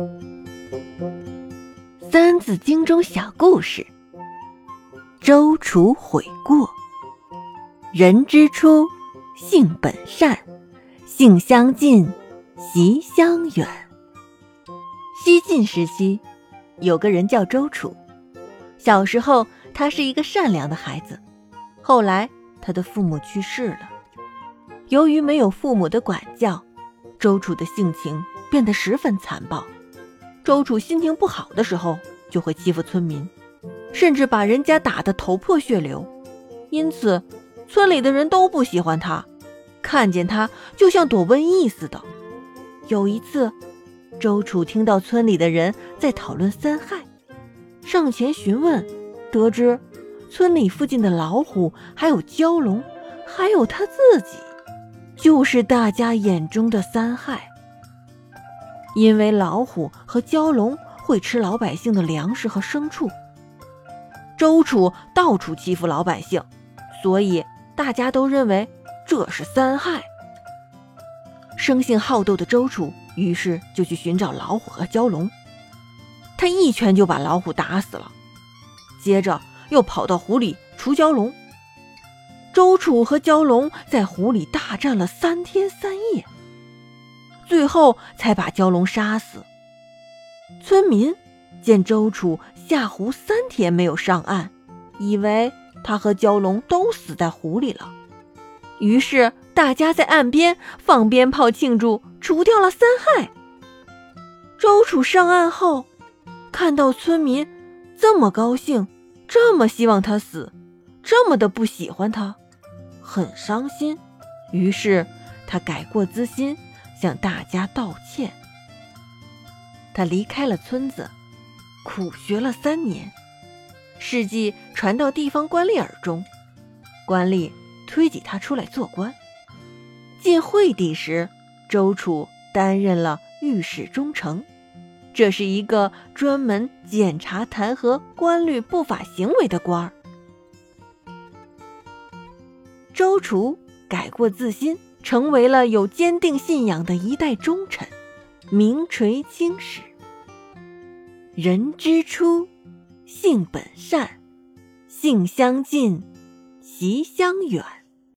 三字经中小故事。周楚悔过。人之初，性本善，性相近，习相远。西晋时期，有个人叫周楚。小时候，他是一个善良的孩子。后来，他的父母去世了。由于没有父母的管教，周楚的性情变得十分残暴。周楚心情不好的时候，就会欺负村民，甚至把人家打得头破血流。因此，村里的人都不喜欢他，看见他就像躲瘟疫似的。有一次，周楚听到村里的人在讨论三害，上前询问，得知村里附近的老虎还有蛟龙，还有他自己，就是大家眼中的三害。因为老虎和蛟龙会吃老百姓的粮食和牲畜，周楚到处欺负老百姓，所以大家都认为这是三害。生性好斗的周楚于是就去寻找老虎和蛟龙，他一拳就把老虎打死了，接着又跑到湖里除蛟龙。周楚和蛟龙在湖里大战了3天3夜，最后才把蛟龙杀死。村民见周楚下湖3天没有上岸，以为他和蛟龙都死在湖里了，于是大家在岸边放鞭炮庆祝除掉了三害。周楚上岸后，看到村民这么高兴，这么希望他死，这么的不喜欢他，很伤心，于是他改过自新，向大家道歉。他离开了村子，苦学了3年，事迹传到地方官吏耳中，官吏推举他出来做官。晋惠帝时，周楚担任了御史中丞，这是一个专门检查弹劾官吏不法行为的官儿。周楚改过自新，成为了有坚定信仰的一代忠臣，名垂青史。人之初，性本善，性相近，习相远。